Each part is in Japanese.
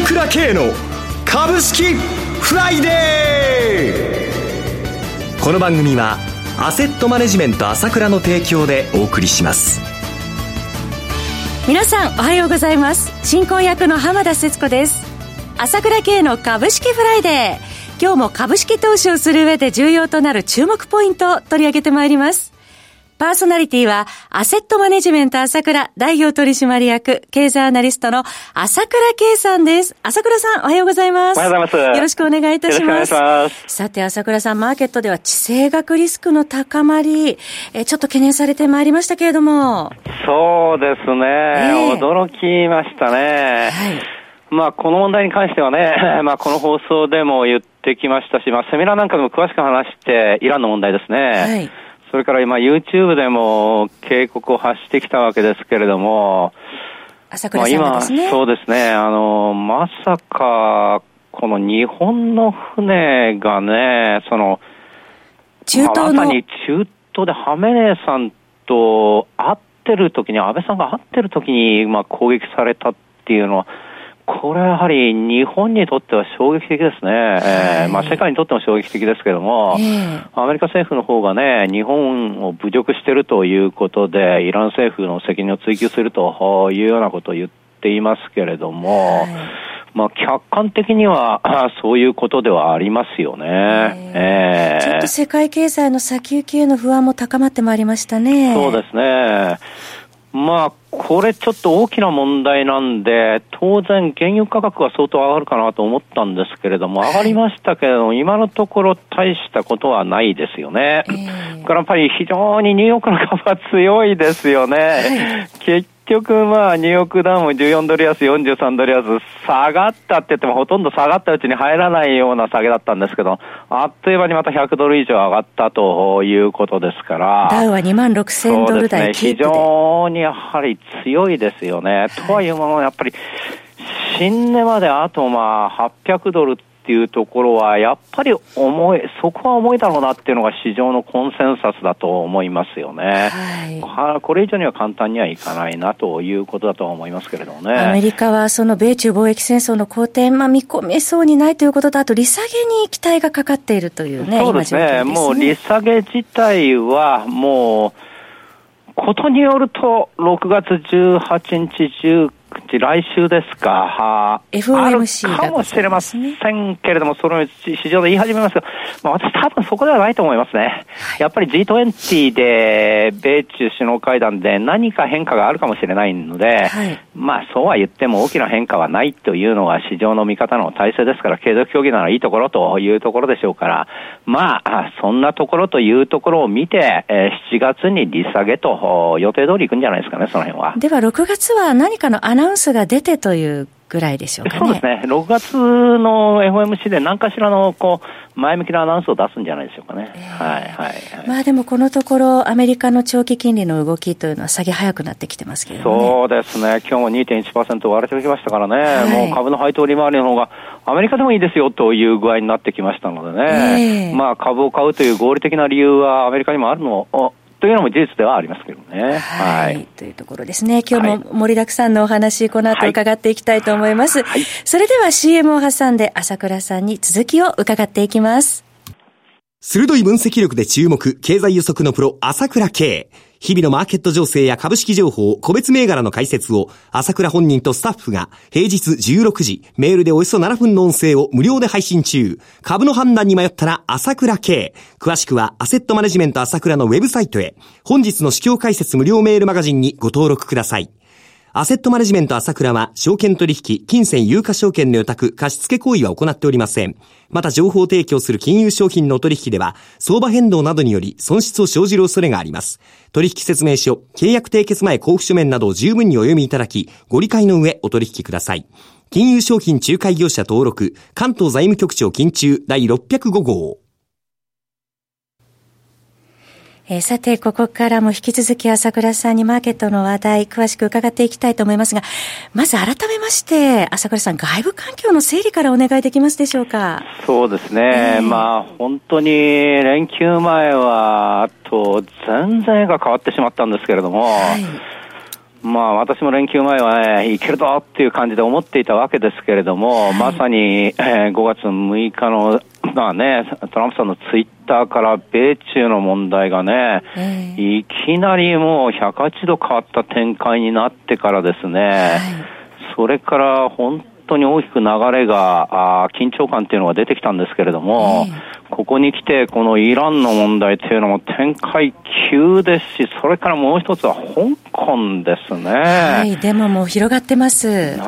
倉慶の株式フライデー。この番組はアセットマネジメント朝倉の提供でお送りします。 皆さんおはようございます。進行役の浜田節子です。朝倉慶の株式フライデー、今日も株式投資をする上で重要となる注目ポイントを取り上げてまいります。パーソナリティはアセットマネジメント朝倉代表取締役経済アナリストの朝倉慶さんです。朝倉さんおはようございます。 おはようございます。 よろしくお願いいたします。 よろしくお願いします。 さて朝倉さん、マーケットでは地政学リスクの高まり、ちょっと懸念されてまいりましたけれども。 そうですね、驚きましたね。はい、この問題に関してはね、この放送でも言ってきましたし、セミナーなんかでも詳しく話してイランの問題ですね。はい、それから今 YouTube でも警告を発してきたわけですけれども、 朝倉さんがですね、 今そうですね、まさかこの日本の船がね、その中東の、 まさに中東でハメネイさんと会ってる時に、安倍さんが会ってる時に攻撃されたっていうのは、これはやはり日本にとっては衝撃的ですね。世界にとっても衝撃的ですけども、アメリカ政府の方がね、日本を侮辱しているということで、イラン政府の責任を追及するというようなことを言っていますけれども、客観的にはそういうことではありますよね。 ちょっと世界経済の先行きへの不安も高まってまいりましたね。 そうですね。これちょっと大きな問題なんで、当然原油価格は相当上がるかなと思ったんですけれども、上がりましたけれども、今のところ大したことはないですよね。だからやっぱり非常にニューヨークの株は強いですよね。結局ニューヨークダウも14ドル安、43ドル安、下がったって言ってもほとんど下がったうちに入らないような下げだったんですけど、あっという間にまた100ドル以上上がったということですから、 ダウは26,000ドル台キープで、 非常にやはり強いですよね。とはいうもの、やっぱり新値まであと800ドルっていうところはやっぱりそこは重いだろうなっていうのが市場のコンセンサスだと思いますよね。これ以上には簡単にはいかないなということだとは思いますけれどもね。 アメリカはその米中貿易戦争の好転、見込めそうにないということと、あと利下げに期待がかかっているというね。 そうですね。もう利下げ自体はもうことによると6月18日19日来週ですか、 FOMC あるかもしれませんけれども、それを市場で言い始めますが、私多分そこではないと思いますね。やっぱり G20 で米中首脳会談で何か変化があるかもしれないので、そうは言っても大きな変化はないというのが市場の見方の体制ですから、継続協議ならいいところというところでしょうから、そんなところというところを見て、7月に利下げと予定通りいくんじゃないですかね、その辺は。 では6月は何かのアナウンスが出てというぐらいでしょうかね。 そうですね。6月の FOMC で何かしらの前向きなアナウンスを出すんじゃないでしょうかね。 でもこのところアメリカの長期金利の動きというのは下げ早くなってきてますけどね。 そうですね。今日も 2.1% 割れてきましたからね、もう株の配当利回りの方がアメリカでもいいですよという具合になってきましたのでね、株を買うという合理的な理由はアメリカにもあるのというのも事実ではありますけどね。 というところですね。今日も盛りだくさんのお話、この後伺っていきたいと思います。それでは CM を挟んで朝倉さんに続きを伺っていきます。 鋭い分析力で注目、経済予測のプロ朝倉慶。日々のマーケット情勢や株式情報、個別銘柄の解説を朝倉本人とスタッフが平日16時、メールでおよそ7分の音声を無料で配信中。株の判断に迷ったら朝倉慶。詳しくはアセットマネジメント朝倉のウェブサイトへ。本日の市況解説無料メールマガジンにご登録ください。アセットマネジメント朝倉は、証券取引、金銭有価証券の予託、貸付行為は行っておりません。また情報提供する金融商品の取引では、相場変動などにより損失を生じる恐れがあります。取引説明書、契約締結前交付書面などを十分にお読みいただき、ご理解の上お取引ください。金融商品仲介業者登録、関東財務局長金中第605号。 さてここからも引き続き朝倉さんにマーケットの話題詳しく伺っていきたいと思いますが、まず改めまして朝倉さん、外部環境の整理からお願いできますでしょうか。 そうですね、本当に連休前は全然が変わってしまったんですけれども、 私も連休前はね、いけるぞっていう感じで思っていたわけですけれども、まさに、5月6日の、トランプさんのツイッターから米中の問題がね、いきなりもう108度変わった展開になってからですね、それから本当に大きく流れが、緊張感っていうのが出てきたんですけれども、ここに来てこのイランの問題っていうのも展開急ですし、それからもう一つは香港ですね。 はい、デモも広がってます。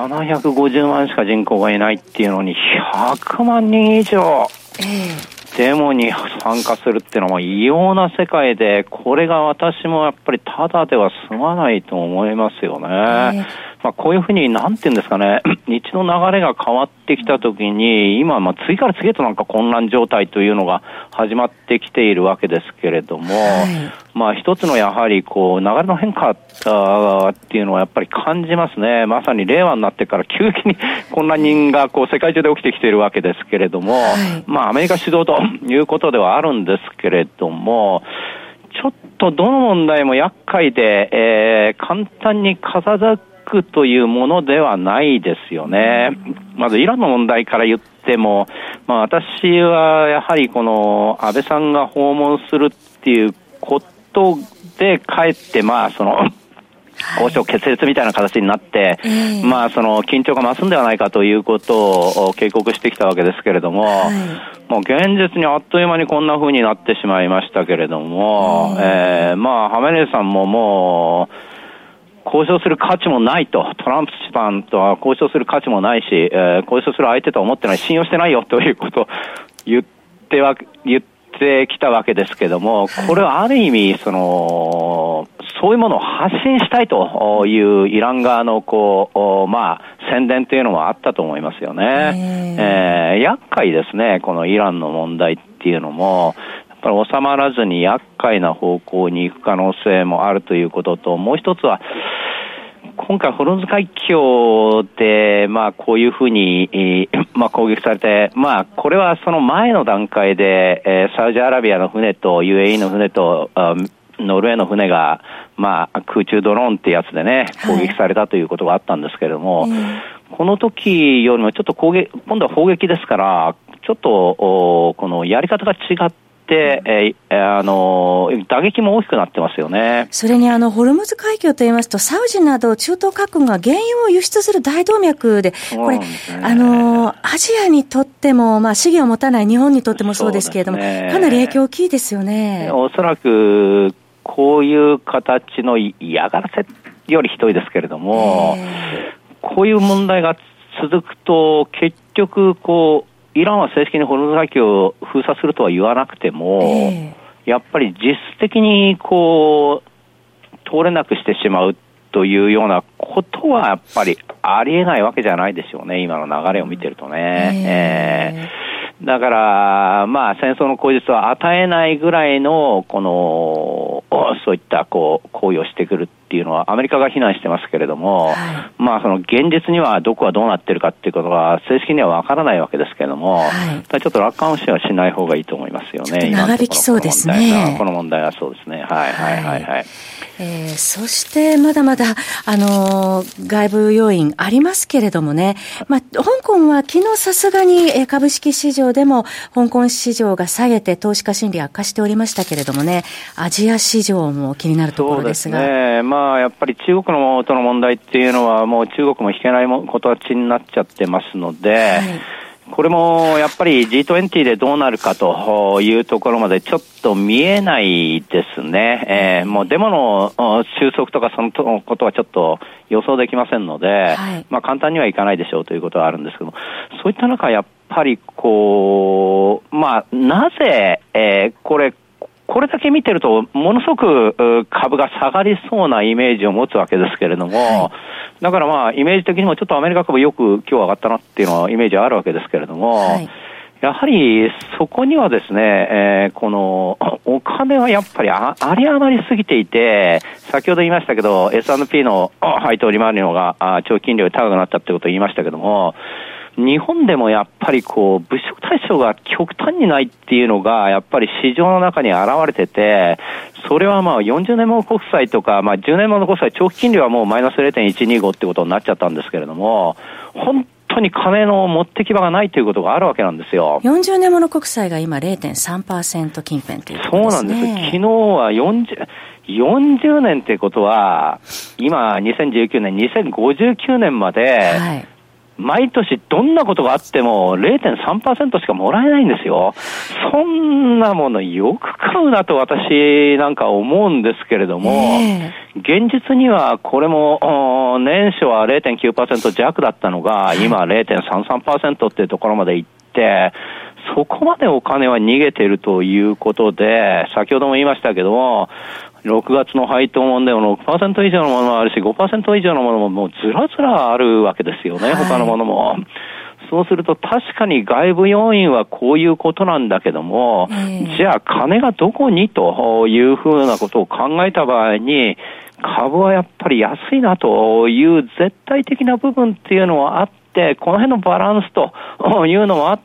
750万しか人口がいないっていうのに100万人以上、デモに参加するっていうのは異様な世界で、これが私もやっぱりただでは済まないと思いますよね。こういうふうになんていうんですかね、一度流れが変わってきたときに、今次から次へとなんか混乱状態というのが始まってきているわけですけれども、一つのやはりこう流れの変化っていうのはやっぱり感じますね。まさに令和になってから急激に混乱がこう世界中で起きてきているわけですけれども、アメリカ主導ということではあるんですけれども、ちょっとどの問題も厄介で、簡単に片付くというものではないですよね。まずイランの問題から言っても、私はやはりこの安倍さんが訪問するっていうことでかえってその交渉決裂みたいな形になって、その緊張が増すんではないかということを警告してきたわけですけれども、もう現実にあっという間にこんな風になってしまいましたけれども、ハメネイさんももう交渉する価値もないと、トランプさんとは交渉する価値もないし、交渉する相手とは思ってない、信用してないよということを言ってきたわけですけども、これはある意味そういうものを発信したいというイラン側の宣伝というのもあったと思いますよね。厄介ですね、このイランの問題っていうのも。やっぱり収まらずに厄介な方向に行く可能性もあるということと、もう一つは今回ホルムズ海峡でこういうふうに攻撃されて、これはその前の段階でサウジアラビアの船と UAE の船とノルウェーの船が空中ドローンってやつでね攻撃されたということがあったんですけれども、この時よりもちょっと今度は砲撃ですから、ちょっとこのやり方が違って打撃も大きくなってますよね。 それにホルムズ海峡といいますと、サウジなど中東各国が原油を輸出する大動脈で、これ、アジアにとっても、資源を持たない日本にとってもそうですけれども、かなり影響大きいですよね。 おそらくこういう形の嫌がらせよりひどいですけれども、こういう問題が続くと結局イランは正式にホルムズ海峡を封鎖するとは言わなくても、やっぱり実質的に通れなくしてしまうというようなことはやっぱりありえないわけじゃないでしょうね、今の流れを見てるとね。だから戦争の口実は与えないぐらいのそういった行為をしてくるっていうのはアメリカが非難してますけれども、その現実にはどこがどうなってるかっていうことが正式にはわからないわけですけれども、ちょっと楽観視はしない方がいいと思いますよね。 長引きそうですね。 この問題はそうですね。 そしてまだまだ外部要因ありますけれどもね、香港は昨日さすがに株式市場でも香港市場が下げて投資家心理悪化しておりましたけれどもね、アジア市場も気になるところですが、 そうですね。やっぱり中国との問題っていうのはもう中国も引けない形になっちゃってますので、これもやっぱり G20 でどうなるかというところまでちょっと見えないですね。もうデモの収束とかそのことはちょっと予想できませんので、簡単にはいかないでしょうということはあるんですけども、そういった中やっぱりなぜ、これだけ見てるとものすごく株が下がりそうなイメージを持つわけですけれども、だからイメージ的にもちょっとアメリカ株よく今日上がったなっていうのはイメージあるわけですけれども、やはりそこにはですね、このお金はやっぱりあり余りすぎていて、先ほど言いましたけど S&P の配当利回りの方が長期金利より高くなったってことを言いましたけども、 日本でもやっぱり物色対象が極端にないっていうのが、やっぱり市場の中に現れてて、それは40年物国債とか、10年物国債、長期金利はもうマイナス 0.125 ってことになっちゃったんですけれども、本当に金の持ってき場がないということがあるわけなんですよ。 40年物国債が今 0.3% 近辺ということですね。 そうなんです。昨日は40年ってことは、今2019年、2059年まで、はい、毎年どんなことがあっても 0.3% しかもらえないんですよ。そんなものよく買うなと私なんか思うんですけれども、現実にはこれも年初は 0.9% 弱だったのが今 0.33% っていうところまでいって、そこまでお金は逃げているということで、先ほども言いましたけども、6月の配当もんでも 6% 以上のものもあるし 5% 以上のものももうずらずらあるわけですよね、他のものも。そうすると確かに外部要因はこういうことなんだけども、じゃあ金がどこにというふうなことを考えた場合に、株はやっぱり安いなという絶対的な部分っていうのはあって、この辺のバランスというのもあって、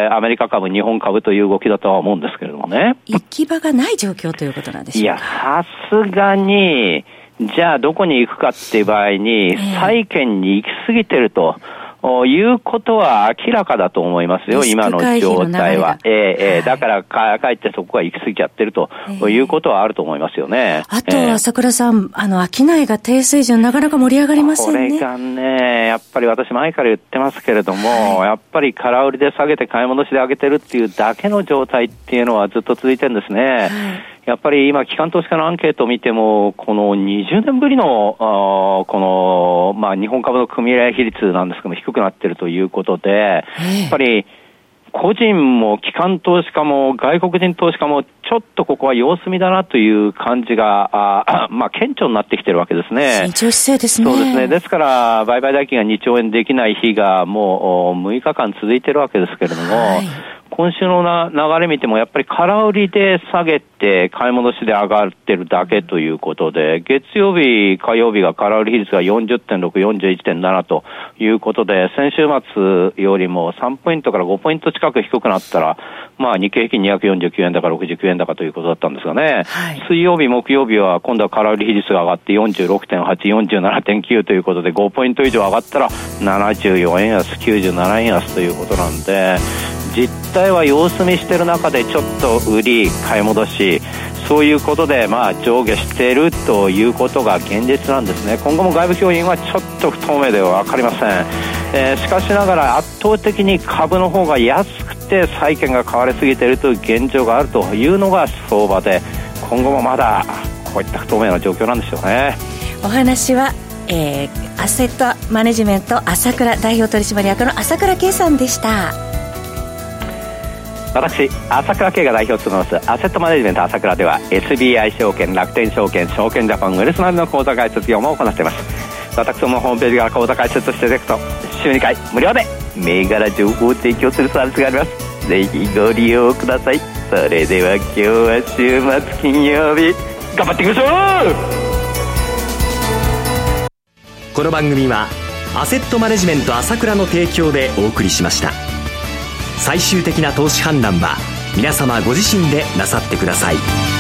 アメリカ株、日本株という動きだとは思うんですけれどもね。 行き場がない状況ということなんでしょうか。 いや、さすがに、じゃあどこに行くかっていう場合に、債券に行き過ぎてるということは明らかだと思いますよ、今の状態は。だからかえってそこが行き過ぎちゃってるということはあると思いますよね。 あとは朝倉さん、商いが低水準、なかなか盛り上がりませんね。 これがね、やっぱり私前から言ってますけれども、やっぱり空売りで下げて買い戻しで上げてるっていうだけの状態っていうのはずっと続いてるんですね。やっぱり今、機関投資家のアンケートを見ても、この20年ぶりの、日本株の組合比率なんですけども、低くなっているということで、やっぱり、個人も機関投資家も外国人投資家もちょっとここは様子見だなという感じが、顕著になってきてるわけですね。 慎重姿勢ですね。 そうですね。ですから、売買代金が2兆円できない日がもう6日間続いてるわけですけれども、今週の流れ見てもやっぱり空売りで下げて買い戻しで上がってるだけということで、月曜日、火曜日が空売り比率が 40.6、41.7 ということで、先週末よりも3ポイントから5ポイント近く低くなったら、日経平均249円高69円高ということだったんですがね、水曜日、木曜日は今度は空売り比率が上がって 46.8、47.9 ということで5ポイント以上上がったら74円安、97円安ということなんで、実態は様子見してる中でちょっと売り買い戻し、そういうことで上下しているということが現実なんですね。今後も外部要因はちょっと不透明では分かりません。しかしながら圧倒的に株の方が安くて債券が買われすぎているという現状があるというのが相場で、今後もまだこういった不透明な状況なんでしょうね。 お話は、アセットマネジメント朝倉代表取締役の朝倉圭さんでした。 私、朝倉圭が代表を務めますアセットマネジメント朝倉では SBI 証券、楽天証券、証券ジャパン、ウェルスナビの口座開設業務を行っています。私どものホームページから口座開設していただくと週2回無料で銘柄情報を提供するサービスがあります。ぜひご利用ください。それでは今日は週末金曜日、頑張っていきましょう。 この番組はアセットマネジメント朝倉の提供でお送りしました。最終的な投資判断は皆様ご自身でなさってください。